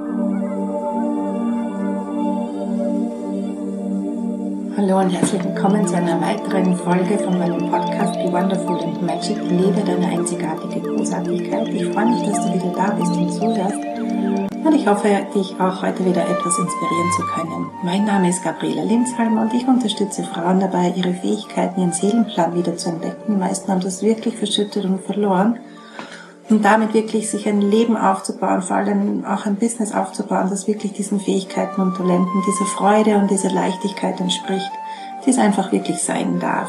Hallo und herzlich willkommen zu einer weiteren Folge von meinem Podcast Be Wonderful and Magic. Lebe deine einzigartige Großartigkeit. Ich freue mich, dass du wieder da bist und zuhörst. Und ich hoffe, dich auch heute wieder etwas inspirieren zu können. Mein Name ist Gabriela Linzhalm und ich unterstütze Frauen dabei, ihre Fähigkeiten, ihren Seelenplan wieder zu entdecken. Die meisten haben das wirklich verschüttet und verloren. Und damit wirklich sich ein Leben aufzubauen, vor allem auch ein Business aufzubauen, das wirklich diesen Fähigkeiten und Talenten, dieser Freude und dieser Leichtigkeit entspricht, die es einfach wirklich sein darf.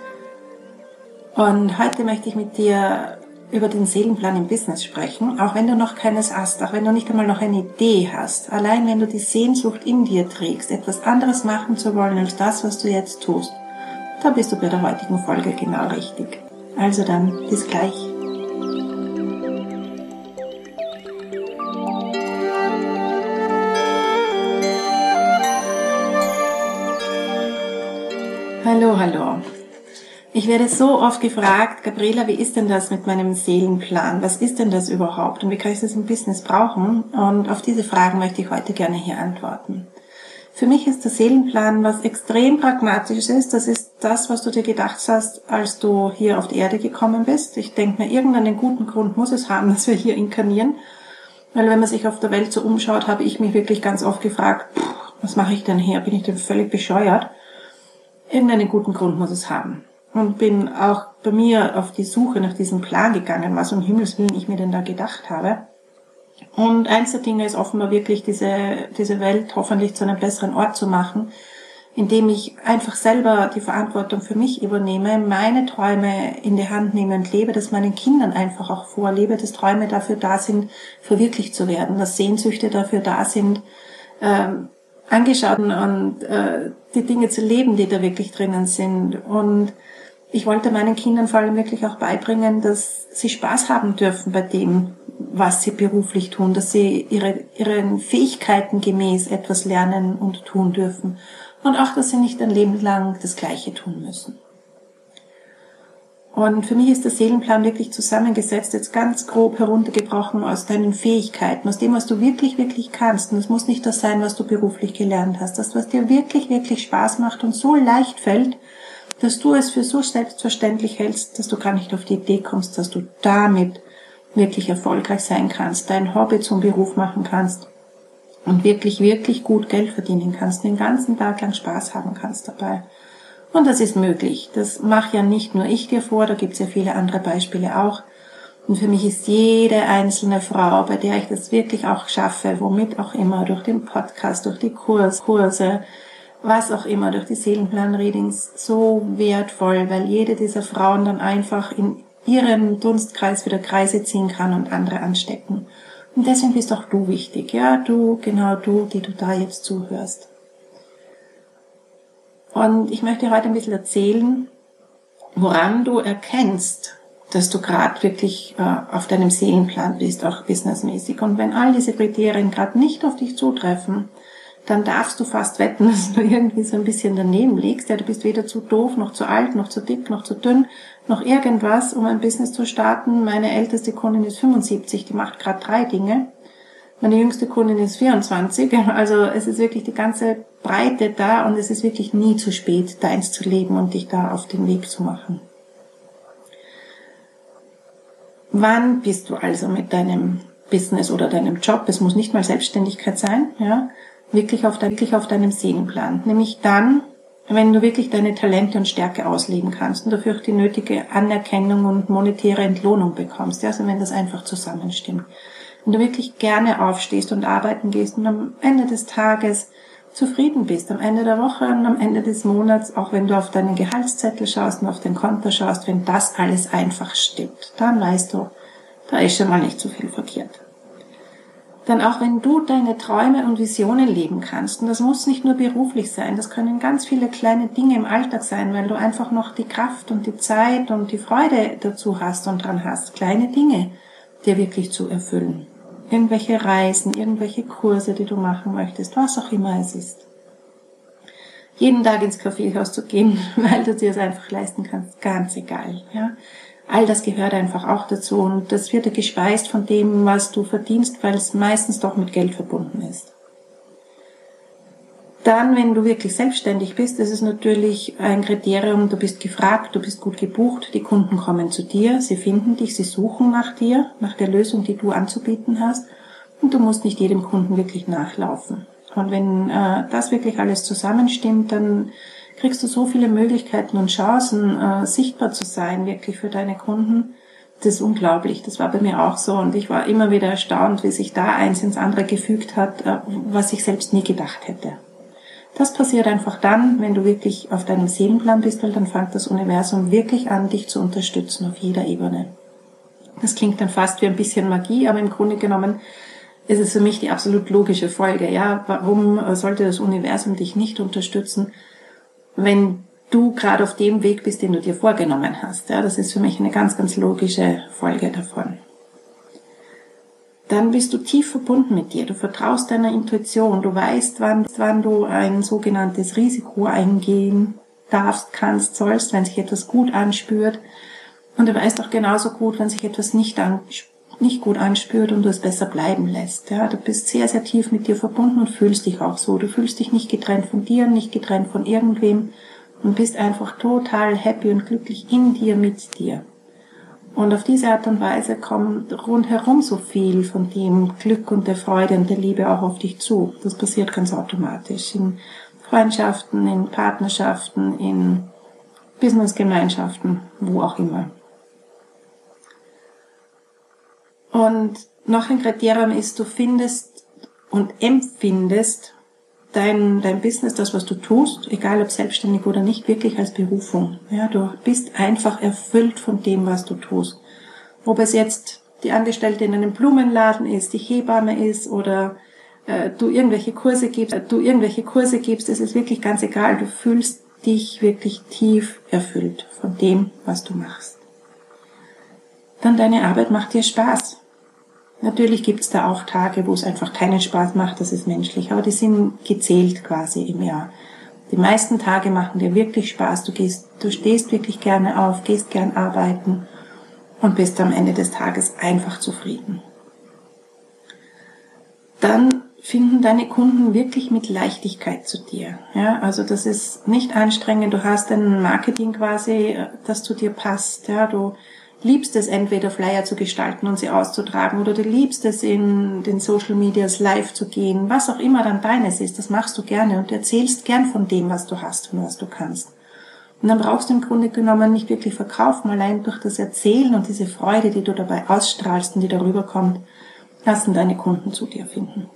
Und heute möchte ich mit dir über den Seelenplan im Business sprechen, auch wenn du noch keines hast, auch wenn du nicht einmal noch eine Idee hast. Allein wenn du die Sehnsucht in dir trägst, etwas anderes machen zu wollen als das, was du jetzt tust, da bist du bei der heutigen Folge genau richtig. Also dann, bis gleich. Hallo. Ich werde so oft gefragt, Gabriela, wie ist denn das mit meinem Seelenplan? Was ist denn das überhaupt? Und wie kann ich das im Business brauchen? Und auf diese Fragen möchte ich heute gerne hier antworten. Für mich ist der Seelenplan was extrem Pragmatisches ist. Das ist das, was du dir gedacht hast, als du hier auf die Erde gekommen bist. Ich denke mir, irgendeinen guten Grund muss es haben, dass wir hier inkarnieren. Weil wenn man sich auf der Welt so umschaut, habe ich mich wirklich ganz oft gefragt, was mache ich denn hier? Bin ich denn völlig bescheuert? Irgendeinen guten Grund muss es haben. Und bin auch bei mir auf die Suche nach diesem Plan gegangen, was um Himmels Willen ich mir denn da gedacht habe. Und eins der Dinge ist offenbar wirklich, diese Welt hoffentlich zu einem besseren Ort zu machen, indem ich einfach selber die Verantwortung für mich übernehme, meine Träume in die Hand nehme und lebe, dass meinen Kindern einfach auch vorlebe, dass Träume dafür da sind, verwirklicht zu werden, dass Sehnsüchte dafür da sind, angeschaut und die Dinge zu leben, die da wirklich drinnen sind. Und ich wollte meinen Kindern vor allem wirklich auch beibringen, dass sie Spaß haben dürfen bei dem, was sie beruflich tun, dass sie ihren Fähigkeiten gemäß etwas lernen und tun dürfen. Und auch, dass sie nicht ein Leben lang das Gleiche tun müssen. Und für mich ist der Seelenplan wirklich zusammengesetzt, jetzt ganz grob heruntergebrochen aus deinen Fähigkeiten, aus dem, was du wirklich, wirklich kannst. Und es muss nicht das sein, was du beruflich gelernt hast. Das, was dir wirklich, wirklich Spaß macht und so leicht fällt, dass du es für so selbstverständlich hältst, dass du gar nicht auf die Idee kommst, dass du damit wirklich erfolgreich sein kannst, dein Hobby zum Beruf machen kannst und wirklich, wirklich gut Geld verdienen kannst, den ganzen Tag lang Spaß haben kannst dabei. Und das ist möglich. Das mache ja nicht nur ich dir vor, da gibt es ja viele andere Beispiele auch. Und für mich ist jede einzelne Frau, bei der ich das wirklich auch schaffe, womit auch immer, durch den Podcast, durch die Kurse, was auch immer, durch die Seelenplan-Readings, so wertvoll, weil jede dieser Frauen dann einfach in ihrem Dunstkreis wieder Kreise ziehen kann und andere anstecken. Und deswegen bist auch du wichtig, ja, du, genau du, die du da jetzt zuhörst. Und ich möchte heute ein bisschen erzählen, woran du erkennst, dass du gerade wirklich auf deinem Seelenplan bist, auch businessmäßig. Und wenn all diese Kriterien gerade nicht auf dich zutreffen, dann darfst du fast wetten, dass du irgendwie so ein bisschen daneben liegst. Ja, du bist weder zu doof, noch zu alt, noch zu dick, noch zu dünn, noch irgendwas, um ein Business zu starten. Meine älteste Kundin ist 75, die macht gerade 3 Dinge. Meine jüngste Kundin ist 24, also es ist wirklich die ganze Breite da und es ist wirklich nie zu spät, deins zu leben und dich da auf den Weg zu machen. Wann bist du also mit deinem Business oder deinem Job, es muss nicht mal Selbstständigkeit sein, ja, wirklich auf deinem Seelenplan? Nämlich dann, wenn du wirklich deine Talente und Stärke ausleben kannst und dafür auch die nötige Anerkennung und monetäre Entlohnung bekommst, ja, also wenn das einfach zusammenstimmt. Wenn du wirklich gerne aufstehst und arbeiten gehst und am Ende des Tages zufrieden bist, am Ende der Woche und am Ende des Monats, auch wenn du auf deinen Gehaltszettel schaust und auf dein Konto schaust, wenn das alles einfach stimmt, dann weißt du, da ist schon mal nicht so viel verkehrt. Dann auch wenn du deine Träume und Visionen leben kannst, und das muss nicht nur beruflich sein, das können ganz viele kleine Dinge im Alltag sein, weil du einfach noch die Kraft und die Zeit und die Freude dazu hast und dran hast, kleine Dinge dir wirklich zu erfüllen. Irgendwelche Reisen, irgendwelche Kurse, die du machen möchtest, was auch immer es ist. Jeden Tag ins Kaffeehaus zu gehen, weil du dir es einfach leisten kannst, ganz egal. Ja? All das gehört einfach auch dazu und das wird ja gespeist von dem, was du verdienst, weil es meistens doch mit Geld verbunden ist. Dann, wenn du wirklich selbstständig bist, ist es natürlich ein Kriterium, du bist gefragt, du bist gut gebucht, die Kunden kommen zu dir, sie finden dich, sie suchen nach dir, nach der Lösung, die du anzubieten hast und du musst nicht jedem Kunden wirklich nachlaufen. Und wenn das wirklich alles zusammenstimmt, dann kriegst du so viele Möglichkeiten und Chancen, sichtbar zu sein, wirklich für deine Kunden. Das ist unglaublich. Das war bei mir auch so. Und ich war immer wieder erstaunt, wie sich da eins ins andere gefügt hat, was ich selbst nie gedacht hätte. Das passiert einfach dann, wenn du wirklich auf deinem Seelenplan bist, weil dann fängt das Universum wirklich an, dich zu unterstützen auf jeder Ebene. Das klingt dann fast wie ein bisschen Magie, aber im Grunde genommen ist es für mich die absolut logische Folge. Ja, warum sollte das Universum dich nicht unterstützen, wenn du gerade auf dem Weg bist, den du dir vorgenommen hast? Ja, das ist für mich eine ganz, ganz logische Folge davon. Dann bist du tief verbunden mit dir. Du vertraust deiner Intuition. Du weißt, wann du ein sogenanntes Risiko eingehen darfst, kannst, sollst, wenn sich etwas gut anspürt. Und du weißt auch genauso gut, wenn sich etwas nicht gut anspürt und du es besser bleiben lässt. Ja, du bist sehr, sehr tief mit dir verbunden und fühlst dich auch so. Du fühlst dich nicht getrennt von dir, nicht getrennt von irgendwem und bist einfach total happy und glücklich in dir, mit dir. Und auf diese Art und Weise kommt rundherum so viel von dem Glück und der Freude und der Liebe auch auf dich zu. Das passiert ganz automatisch in Freundschaften, in Partnerschaften, in Businessgemeinschaften, wo auch immer. Und noch ein Kriterium ist, du findest und empfindest dein Business, das, was du tust, egal ob selbstständig oder nicht, wirklich als Berufung. Ja, du bist einfach erfüllt von dem, was du tust. Ob es jetzt die Angestellte in einem Blumenladen ist, die Hebamme ist oder du irgendwelche Kurse gibst, es ist wirklich ganz egal. Du fühlst dich wirklich tief erfüllt von dem, was du machst. Dann deine Arbeit macht dir Spaß. Natürlich gibt's da auch Tage, wo es einfach keinen Spaß macht, das ist menschlich, aber die sind gezählt quasi im Jahr. Die meisten Tage machen dir wirklich Spaß, du stehst wirklich gerne auf, gehst gern arbeiten und bist am Ende des Tages einfach zufrieden. Dann finden deine Kunden wirklich mit Leichtigkeit zu dir. Ja, also das ist nicht anstrengend, du hast ein Marketing quasi, das zu dir passt, ja, du liebst es entweder Flyer zu gestalten und sie auszutragen oder du liebst es in den Social Medias live zu gehen, was auch immer dann deines ist, das machst du gerne und du erzählst gern von dem, was du hast und was du kannst. Und dann brauchst du im Grunde genommen nicht wirklich verkaufen, allein durch das Erzählen und diese Freude, die du dabei ausstrahlst und die darüber kommt, lassen deine Kunden zu dir finden.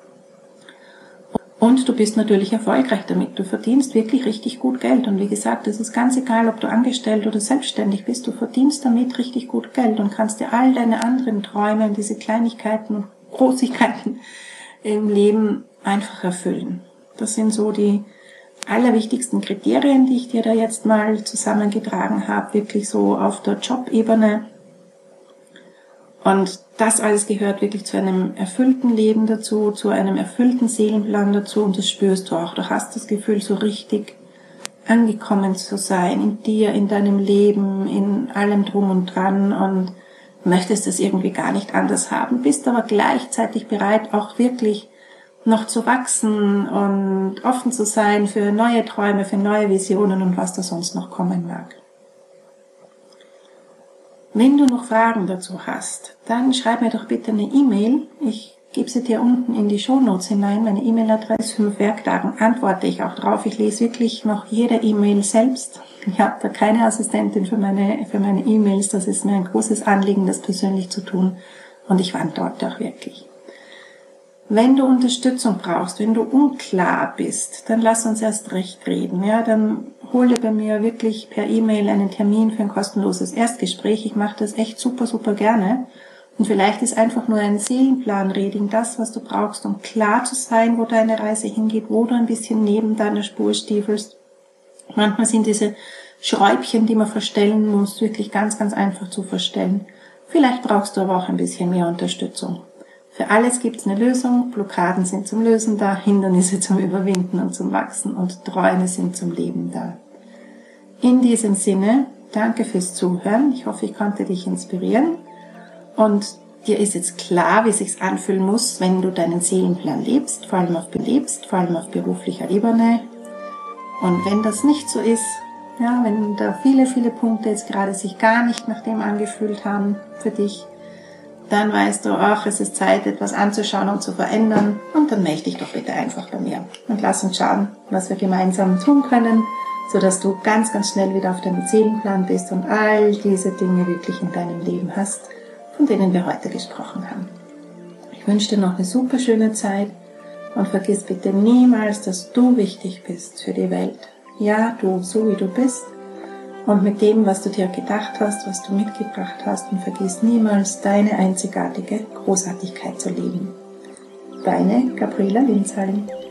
Und du bist natürlich erfolgreich damit. Du verdienst wirklich richtig gut Geld. Und wie gesagt, es ist ganz egal, ob du angestellt oder selbstständig bist. Du verdienst damit richtig gut Geld und kannst dir all deine anderen Träume und diese Kleinigkeiten und Großigkeiten im Leben einfach erfüllen. Das sind so die allerwichtigsten Kriterien, die ich dir da jetzt mal zusammengetragen habe. Wirklich so auf der Jobebene. Und das alles gehört wirklich zu einem erfüllten Leben dazu, zu einem erfüllten Seelenplan dazu und das spürst du auch. Du hast das Gefühl, so richtig angekommen zu sein in dir, in deinem Leben, in allem drum und dran und möchtest es irgendwie gar nicht anders haben, bist aber gleichzeitig bereit, auch wirklich noch zu wachsen und offen zu sein für neue Träume, für neue Visionen und was da sonst noch kommen mag. Wenn du noch Fragen dazu hast, dann schreib mir doch bitte eine E-Mail. Ich gebe sie dir unten in die Shownotes hinein. Meine E-Mail-Adresse, 5 Werktagen antworte ich auch drauf. Ich lese wirklich noch jede E-Mail selbst. Ich habe da keine Assistentin für meine E-Mails. Das ist mir ein großes Anliegen, das persönlich zu tun. Und ich antworte auch wirklich. Wenn du Unterstützung brauchst, wenn du unklar bist, dann lass uns erst recht reden. Ja, dann hol dir bei mir wirklich per E-Mail einen Termin für ein kostenloses Erstgespräch. Ich mache das echt super, super gerne. Und vielleicht ist einfach nur ein Seelenplan-Reading das, was du brauchst, um klar zu sein, wo deine Reise hingeht, wo du ein bisschen neben deiner Spur stiefelst. Manchmal sind diese Schräubchen, die man verstellen muss, wirklich ganz, ganz einfach zu verstellen. Vielleicht brauchst du aber auch ein bisschen mehr Unterstützung. Für alles gibt es eine Lösung, Blockaden sind zum Lösen da, Hindernisse zum Überwinden und zum Wachsen und Träume sind zum Leben da. In diesem Sinne Danke fürs Zuhören. Ich hoffe, ich konnte dich inspirieren. Und dir ist jetzt klar, wie es sich anfühlen muss, wenn du deinen Seelenplan lebst, vor allem auf beruflicher Ebene. Und wenn das nicht so ist, ja, wenn da viele Punkte jetzt gerade sich gar nicht nach dem angefühlt haben für dich, dann weißt du, ach, es ist Zeit, etwas anzuschauen und zu verändern. Und dann melde dich doch bitte einfach bei mir. Und lass uns schauen, was wir gemeinsam tun können, sodass du ganz schnell wieder auf deinem Seelenplan bist und all diese Dinge wirklich in deinem Leben hast, von denen wir heute gesprochen haben. Ich wünsche dir noch eine super schöne Zeit und vergiss bitte niemals, dass du wichtig bist für die Welt. Ja, du, so wie du bist und mit dem, was du dir gedacht hast, was du mitgebracht hast, und vergiss niemals, deine einzigartige Großartigkeit zu leben. Deine Gabriela Linzheim.